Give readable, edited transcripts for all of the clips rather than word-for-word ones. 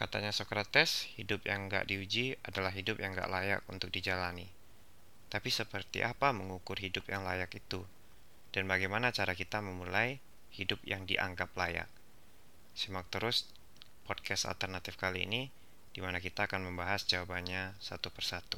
Katanya Socrates, hidup yang nggak diuji adalah hidup yang nggak layak untuk dijalani. Tapi seperti apa mengukur hidup yang layak itu? Dan bagaimana cara kita memulai hidup yang dianggap layak? Simak terus podcast alternatif kali ini, di mana kita akan membahas jawabannya satu persatu.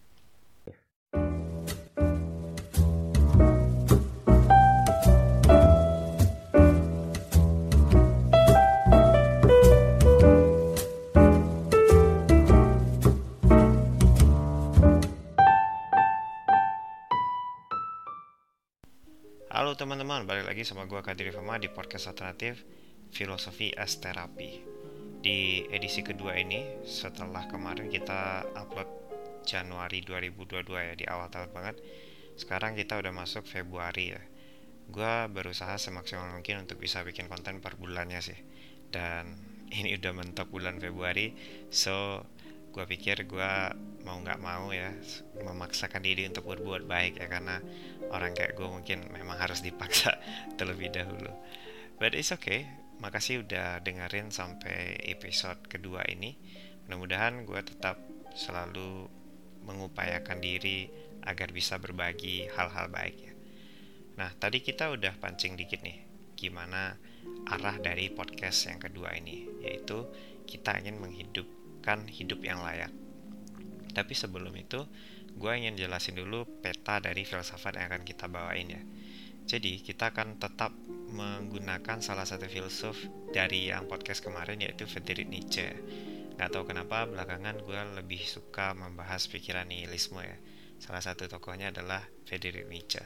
Halo teman-teman, balik lagi sama gue Kadiri Fama di podcast alternatif Filosofi as Terapi. Di edisi kedua ini, setelah kemarin kita upload Januari 2022 ya, di awal tahun banget. Sekarang kita udah masuk Februari ya. Gue berusaha semaksimal mungkin untuk bisa bikin konten per bulannya sih. Dan ini udah mentok bulan Februari, so gue pikir gue mau nggak mau ya memaksakan diri untuk berbuat baik ya, karena orang kayak gue mungkin memang harus dipaksa terlebih dahulu. But it's okay. Makasih udah dengerin sampai episode kedua ini. Mudah-mudahan gue tetap selalu mengupayakan diri agar bisa berbagi hal-hal baik ya. Nah, tadi kita udah pancing dikit nih gimana arah dari podcast yang kedua ini, yaitu kita ingin menghidupkan hidup yang layak. Tapi sebelum itu, gue ingin jelasin dulu peta dari filsafat yang akan kita bawain ya. Jadi, kita akan tetap menggunakan salah satu filsuf dari yang podcast kemarin, yaitu Friedrich Nietzsche. Gak tahu kenapa belakangan gue lebih suka membahas pikiran nihilisme ya. Salah satu tokohnya adalah Friedrich Nietzsche.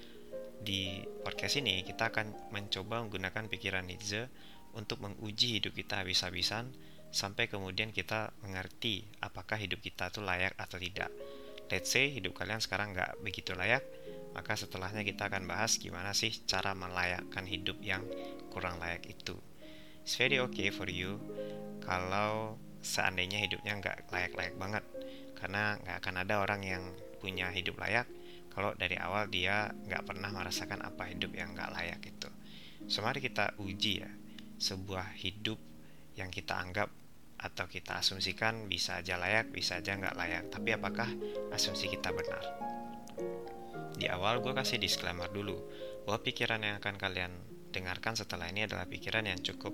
Di podcast ini kita akan mencoba menggunakan pikiran Nietzsche untuk menguji hidup kita habis-habisan sampai kemudian kita mengerti apakah hidup kita itu layak atau tidak. Let's say hidup kalian sekarang nggak begitu layak, maka setelahnya kita akan bahas gimana sih cara melayakkan hidup yang kurang layak itu. It's very okay for you kalau seandainya hidupnya nggak layak-layak banget, karena nggak akan ada orang yang punya hidup layak kalau dari awal dia nggak pernah merasakan apa hidup yang nggak layak itu. So mari kita uji ya, sebuah hidup yang kita anggap atau kita asumsikan bisa aja layak, bisa aja nggak layak. Tapi apakah asumsi kita benar? Di awal gue kasih disclaimer dulu bahwa pikiran yang akan kalian dengarkan setelah ini adalah pikiran yang cukup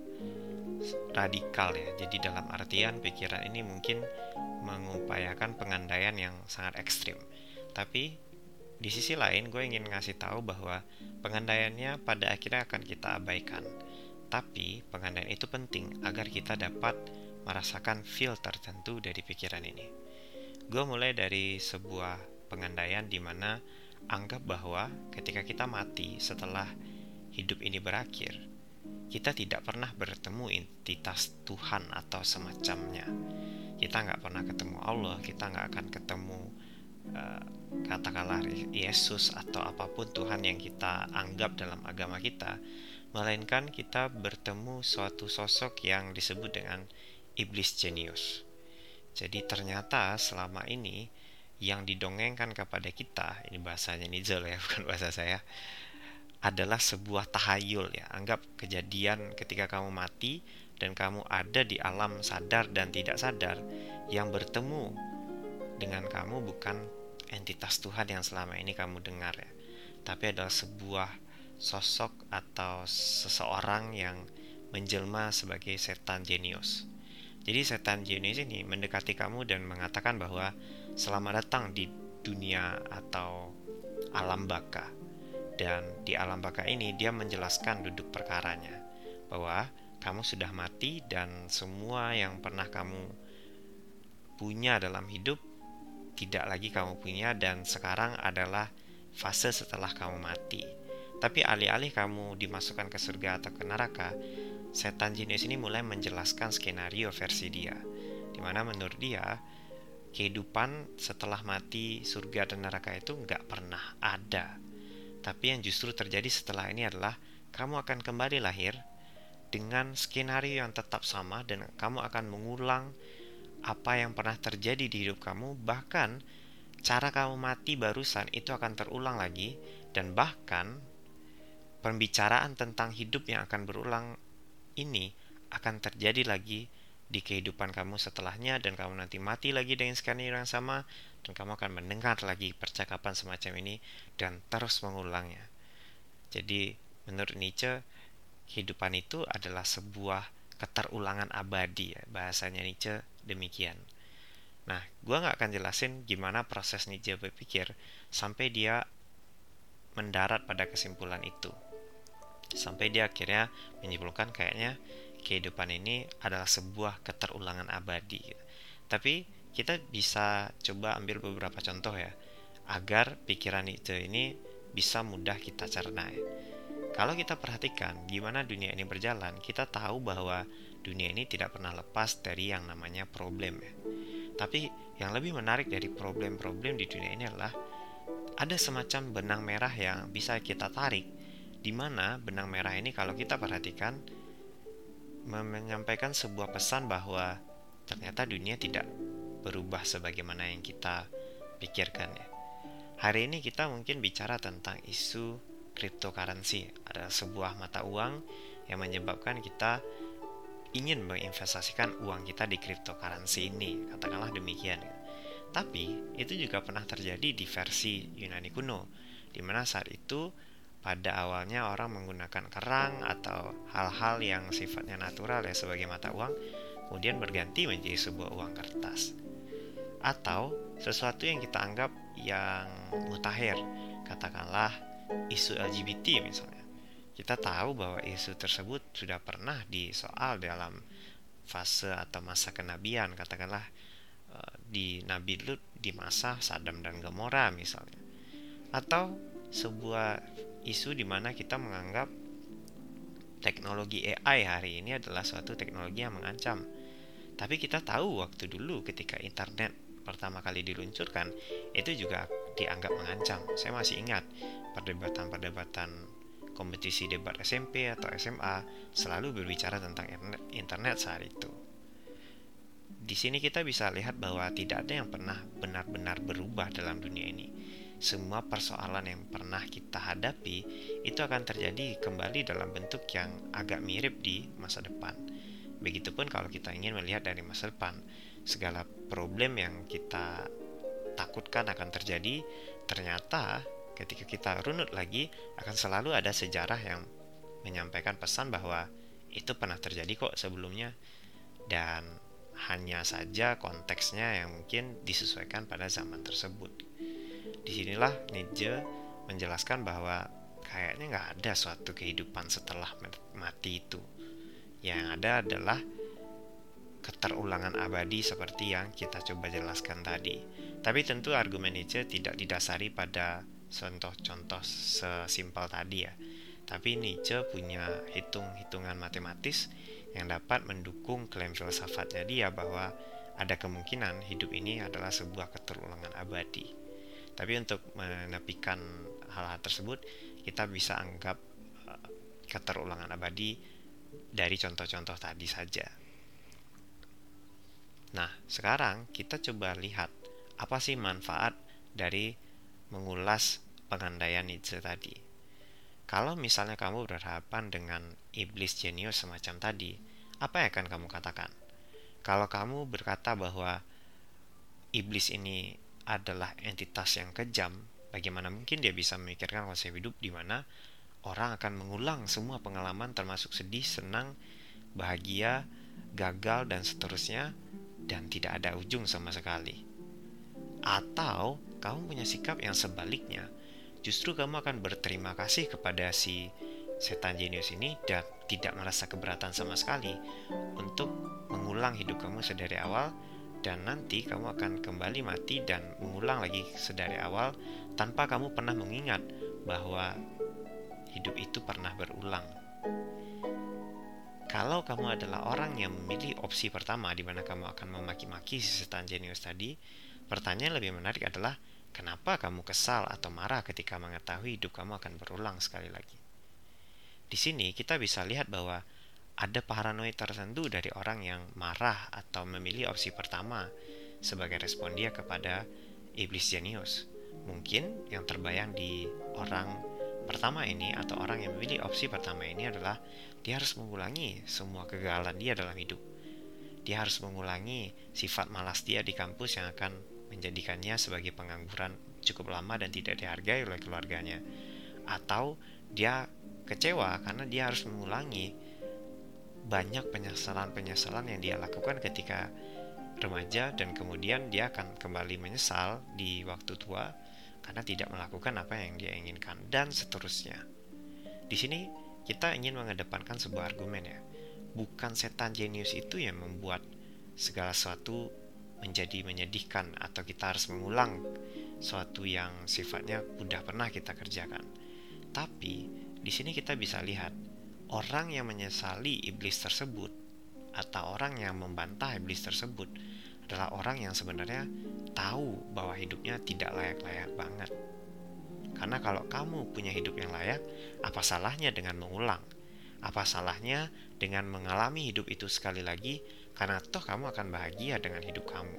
radikal ya. Jadi dalam artian pikiran ini mungkin mengupayakan pengandaian yang sangat ekstrim. Tapi di sisi lain gue ingin ngasih tahu bahwa pengandaiannya pada akhirnya akan kita abaikan. Tapi pengandaian itu penting agar kita dapat merasakan feel tertentu dari pikiran ini. Gue mulai dari sebuah pengandaian di mana anggap bahwa ketika kita mati setelah hidup ini berakhir, kita tidak pernah bertemu entitas Tuhan atau semacamnya. Kita nggak pernah ketemu Allah, kita nggak akan ketemu katakanlah Yesus atau apapun Tuhan yang kita anggap dalam agama kita, melainkan kita bertemu suatu sosok yang disebut dengan iblis jenius. Jadi ternyata selama ini yang didongengkan kepada kita, ini bahasanya Nietzsche ya, bukan bahasa saya, adalah sebuah tahayul ya. Anggap kejadian ketika kamu mati dan kamu ada di alam sadar dan tidak sadar, yang bertemu dengan kamu bukan entitas Tuhan yang selama ini kamu dengar ya, tapi adalah sebuah sosok atau seseorang yang menjelma sebagai setan jenius. Jadi setan jenius ini mendekati kamu dan mengatakan bahwa selamat datang di dunia atau alam baka. Dan di alam baka ini dia menjelaskan duduk perkaranya, bahwa kamu sudah mati dan semua yang pernah kamu punya dalam hidup tidak lagi kamu punya, dan sekarang adalah fase setelah kamu mati. Tapi alih-alih kamu dimasukkan ke surga atau ke neraka, setan jenius ini mulai menjelaskan skenario versi dia, dimana menurut dia kehidupan setelah mati, surga dan neraka itu nggak pernah ada. Tapi yang justru terjadi setelah ini adalah kamu akan kembali lahir dengan skenario yang tetap sama, dan kamu akan mengulang apa yang pernah terjadi di hidup kamu. Bahkan cara kamu mati barusan itu akan terulang lagi, dan bahkan pembicaraan tentang hidup yang akan berulang ini akan terjadi lagi di kehidupan kamu setelahnya, dan kamu nanti mati lagi dengan skenario yang sama, dan kamu akan mendengar lagi percakapan semacam ini dan terus mengulangnya. Jadi menurut Nietzsche, kehidupan itu adalah sebuah keterulangan abadi ya, bahasanya Nietzsche demikian. Nah, gue gak akan jelasin gimana proses Nietzsche berpikir sampai dia mendarat pada kesimpulan itu. Sampai dia akhirnya menyimpulkan kayaknya kehidupan ini adalah sebuah keterulangan abadi. Tapi kita bisa coba ambil beberapa contoh ya, agar pikiran Nietzsche ini bisa mudah kita cerna ya. Kalau kita perhatikan gimana dunia ini berjalan, kita tahu bahwa dunia ini tidak pernah lepas dari yang namanya problem ya. Tapi yang lebih menarik dari problem-problem di dunia ini adalah ada semacam benang merah yang bisa kita tarik, di mana benang merah ini kalau kita perhatikan menyampaikan sebuah pesan bahwa ternyata dunia tidak berubah sebagaimana yang kita pikirkan ya. Hari ini kita mungkin bicara tentang isu cryptocurrency, ada sebuah mata uang yang menyebabkan kita ingin menginvestasikan uang kita di cryptocurrency ini, katakanlah demikian. Tapi itu juga pernah terjadi di versi Yunani kuno, di mana saat itu pada awalnya orang menggunakan kerang atau hal-hal yang sifatnya natural ya sebagai mata uang, kemudian berganti menjadi sebuah uang kertas. Atau sesuatu yang kita anggap yang mutakhir, katakanlah isu LGBT misalnya. Kita tahu bahwa isu tersebut sudah pernah disoal dalam fase atau masa kenabian, katakanlah di Nabi Lut di masa Sodom dan Gomora misalnya. Atau sebuah isu di mana kita menganggap teknologi AI hari ini adalah suatu teknologi yang mengancam. Tapi kita tahu waktu dulu ketika internet pertama kali diluncurkan, itu juga dianggap mengancam. Saya masih ingat perdebatan-perdebatan kompetisi debat SMP atau SMA selalu berbicara tentang internet saat itu. Di sini kita bisa lihat bahwa tidak ada yang pernah benar-benar berubah dalam dunia ini. Semua persoalan yang pernah kita hadapi itu akan terjadi kembali dalam bentuk yang agak mirip di masa depan. Begitupun kalau kita ingin melihat dari masa depan, segala problem yang kita takutkan akan terjadi, ternyata ketika kita runut lagi akan selalu ada sejarah yang menyampaikan pesan bahwa itu pernah terjadi kok sebelumnya, dan hanya saja konteksnya yang mungkin disesuaikan pada zaman tersebut. Disinilah Nietzsche menjelaskan bahwa kayaknya nggak ada suatu kehidupan setelah mati itu. Yang ada adalah keterulangan abadi seperti yang kita coba jelaskan tadi. Tapi tentu argumen Nietzsche tidak didasari pada contoh-contoh sesimpel tadi ya. Tapi Nietzsche punya hitung-hitungan matematis yang dapat mendukung klaim filsafatnya dia bahwa ada kemungkinan hidup ini adalah sebuah keterulangan abadi. Tapi untuk menepikan hal-hal tersebut, kita bisa anggap keterulangan abadi dari contoh-contoh tadi saja. Nah, sekarang kita coba lihat apa sih manfaat dari mengulas pengandaian Nietzsche tadi. Kalau misalnya kamu berhadapan dengan iblis jenius semacam tadi, apa yang akan kamu katakan? Kalau kamu berkata bahwa iblis ini adalah entitas yang kejam, bagaimana mungkin dia bisa memikirkan konsep hidup di mana orang akan mengulang semua pengalaman termasuk sedih, senang, bahagia, gagal, dan seterusnya, dan tidak ada ujung sama sekali. Atau kamu punya sikap yang sebaliknya, justru kamu akan berterima kasih kepada si setan jenius ini dan tidak merasa keberatan sama sekali untuk mengulang hidup kamu sedari awal, dan nanti kamu akan kembali mati dan mengulang lagi sedari awal tanpa kamu pernah mengingat bahwa hidup itu pernah berulang. Kalau kamu adalah orang yang memilih opsi pertama di mana kamu akan memaki-maki si setan jenius tadi, pertanyaan lebih menarik adalah kenapa kamu kesal atau marah ketika mengetahui hidup kamu akan berulang sekali lagi. Di sini kita bisa lihat bahwa ada paranoid tertentu dari orang yang marah atau memilih opsi pertama sebagai respon dia kepada iblis jenius. Mungkin yang terbayang di orang pertama ini atau orang yang memilih opsi pertama ini adalah dia harus mengulangi semua kegagalan dia dalam hidup. dia harus mengulangi sifat malas dia di kampus yang akan menjadikannya sebagai pengangguran cukup lama dan tidak dihargai oleh keluarganya. Atau dia kecewa karena dia harus mengulangi banyak penyesalan-penyesalan yang dia lakukan ketika remaja, dan kemudian dia akan kembali menyesal di waktu tua karena tidak melakukan apa yang dia inginkan, dan seterusnya. Di sini kita ingin mengedepankan sebuah argumen ya. Bukan setan jenius itu yang membuat segala sesuatu menjadi menyedihkan atau kita harus mengulang sesuatu yang sifatnya sudah pernah kita kerjakan. Tapi di sini kita bisa lihat orang yang menyesali iblis tersebut atau orang yang membantah iblis tersebut adalah orang yang sebenarnya tahu bahwa hidupnya tidak layak-layak banget. Karena kalau kamu punya hidup yang layak, apa salahnya dengan mengulang? Apa salahnya dengan mengalami hidup itu sekali lagi, karena toh kamu akan bahagia dengan hidup kamu.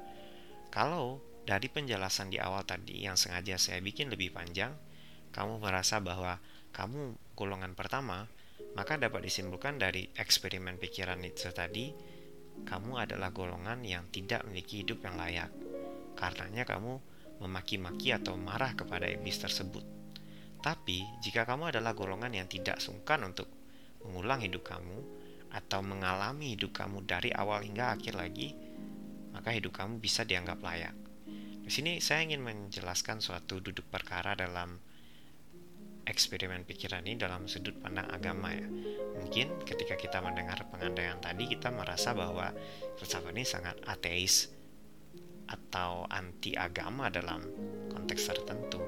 Kalau dari penjelasan di awal tadi yang sengaja saya bikin lebih panjang, kamu merasa bahwa kamu golongan pertama, maka dapat disimpulkan dari eksperimen pikiran Nietzsche tadi, kamu adalah golongan yang tidak memiliki hidup yang layak. Karenanya kamu memaki-maki atau marah kepada iblis tersebut. Tapi, jika kamu adalah golongan yang tidak sungkan untuk mengulang hidup kamu atau mengalami hidup kamu dari awal hingga akhir lagi, maka hidup kamu bisa dianggap layak. Di sini saya ingin menjelaskan suatu duduk perkara dalam eksperimen pikiran ini dalam sudut pandang agama ya. Mungkin ketika kita mendengar pengandaian tadi, kita merasa bahwa filsafat ini sangat ateis atau anti agama dalam konteks tertentu.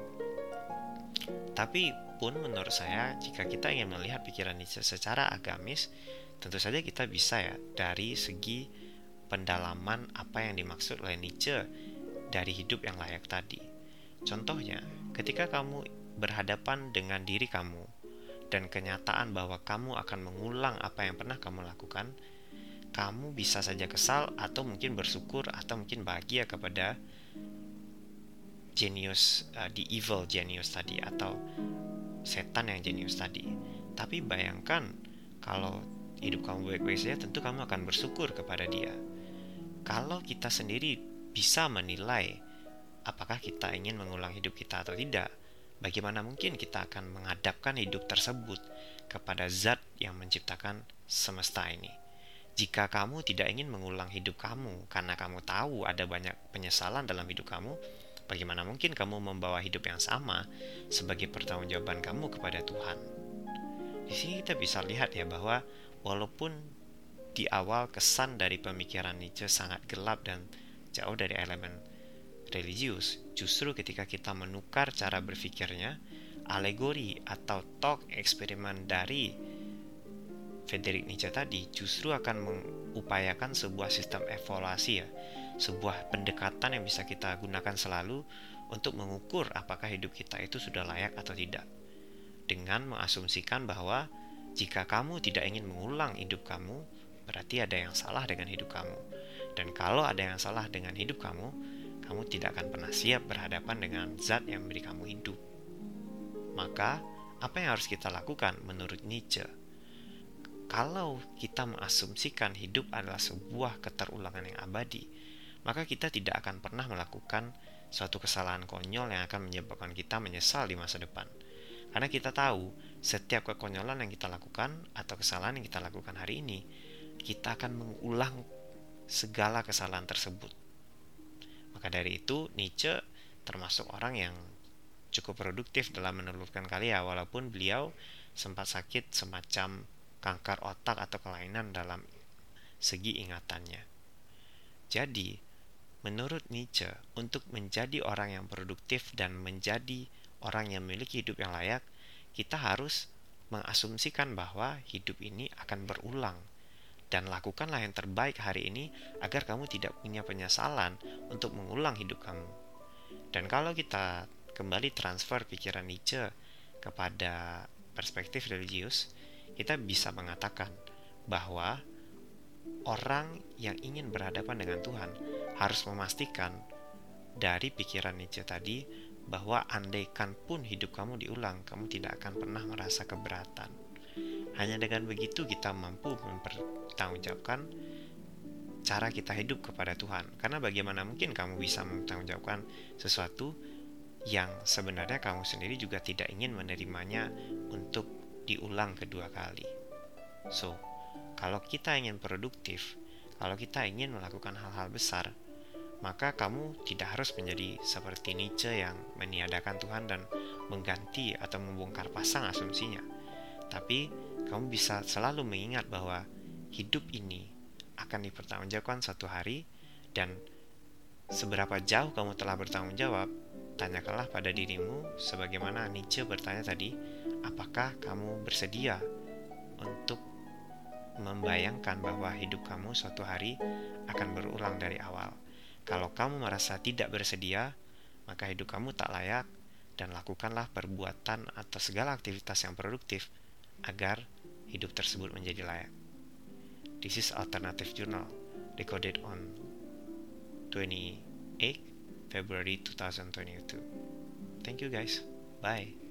Tapi pun menurut saya, jika kita ingin melihat pikiran Nietzsche secara agamis, tentu saja kita bisa ya dari segi pendalaman apa yang dimaksud oleh Nietzsche dari hidup yang layak tadi. Contohnya, ketika kamu berhadapan dengan diri kamu dan kenyataan bahwa kamu akan mengulang apa yang pernah kamu lakukan, kamu bisa saja kesal atau mungkin bersyukur atau mungkin bahagia kepada genius, the evil genius tadi atau setan yang jenius tadi. Tapi bayangkan kalau hidup kamu baik-baik saja, tentu kamu akan bersyukur kepada dia. Kalau kita sendiri bisa menilai apakah kita ingin mengulang hidup kita atau tidak, bagaimana mungkin kita akan menghadapkan hidup tersebut kepada zat yang menciptakan semesta ini? Jika kamu tidak ingin mengulang hidup kamu karena kamu tahu ada banyak penyesalan dalam hidup kamu, bagaimana mungkin kamu membawa hidup yang sama sebagai pertanggungjawaban kamu kepada Tuhan? Di sini kita bisa lihat ya bahwa walaupun di awal kesan dari pemikiran Nietzsche sangat gelap dan jauh dari elemen religius, justru ketika kita menukar cara berpikirnya, alegori atau talk eksperimen dari Friedrich Nietzsche tadi justru akan mengupayakan sebuah sistem evaluasi ya, sebuah pendekatan yang bisa kita gunakan selalu untuk mengukur apakah hidup kita itu sudah layak atau tidak, dengan mengasumsikan bahwa jika kamu tidak ingin mengulang hidup kamu, berarti ada yang salah dengan hidup kamu. Dan kalau ada yang salah dengan hidup kamu, kamu tidak akan pernah siap berhadapan dengan zat yang memberi kamu hidup. Maka, apa yang harus kita lakukan menurut Nietzsche? Kalau kita mengasumsikan hidup adalah sebuah keterulangan yang abadi, maka kita tidak akan pernah melakukan suatu kesalahan konyol yang akan menyebabkan kita menyesal di masa depan. Karena kita tahu, setiap kekonyolan yang kita lakukan atau kesalahan yang kita lakukan hari ini, kita akan mengulang segala kesalahan tersebut. Maka dari itu, Nietzsche termasuk orang yang cukup produktif dalam menelurkan karya, walaupun beliau sempat sakit semacam kanker otak atau kelainan dalam segi ingatannya. Jadi, menurut Nietzsche, untuk menjadi orang yang produktif dan menjadi orang yang memiliki hidup yang layak, kita harus mengasumsikan bahwa hidup ini akan berulang. Dan lakukanlah yang terbaik hari ini agar kamu tidak punya penyesalan untuk mengulang hidup kamu. Dan kalau kita kembali transfer pikiran Nietzsche kepada perspektif religius, kita bisa mengatakan bahwa orang yang ingin berhadapan dengan Tuhan harus memastikan dari pikiran Nietzsche tadi bahwa andaikan pun hidup kamu diulang, kamu tidak akan pernah merasa keberatan. Hanya dengan begitu kita mampu mempertanggungjawabkan cara kita hidup kepada Tuhan. Karena bagaimana mungkin kamu bisa mempertanggungjawabkan sesuatu yang sebenarnya kamu sendiri juga tidak ingin menerimanya untuk diulang kedua kali. So, kalau kita ingin produktif, kalau kita ingin melakukan hal-hal besar, maka kamu tidak harus menjadi seperti Nietzsche yang meniadakan Tuhan dan mengganti atau membongkar pasang asumsinya. Tapi kamu bisa selalu mengingat bahwa hidup ini akan dipertanggungjawabkan suatu hari, dan seberapa jauh kamu telah bertanggung jawab, tanyakanlah pada dirimu sebagaimana Nietzsche bertanya tadi, apakah kamu bersedia untuk membayangkan bahwa hidup kamu suatu hari akan berulang dari awal. Kalau kamu merasa tidak bersedia, maka hidup kamu tak layak, dan lakukanlah perbuatan atau segala aktivitas yang produktif agar hidup tersebut menjadi layak. This is Alternative Journal, recorded on 28 February 2022. Thank you guys. Bye.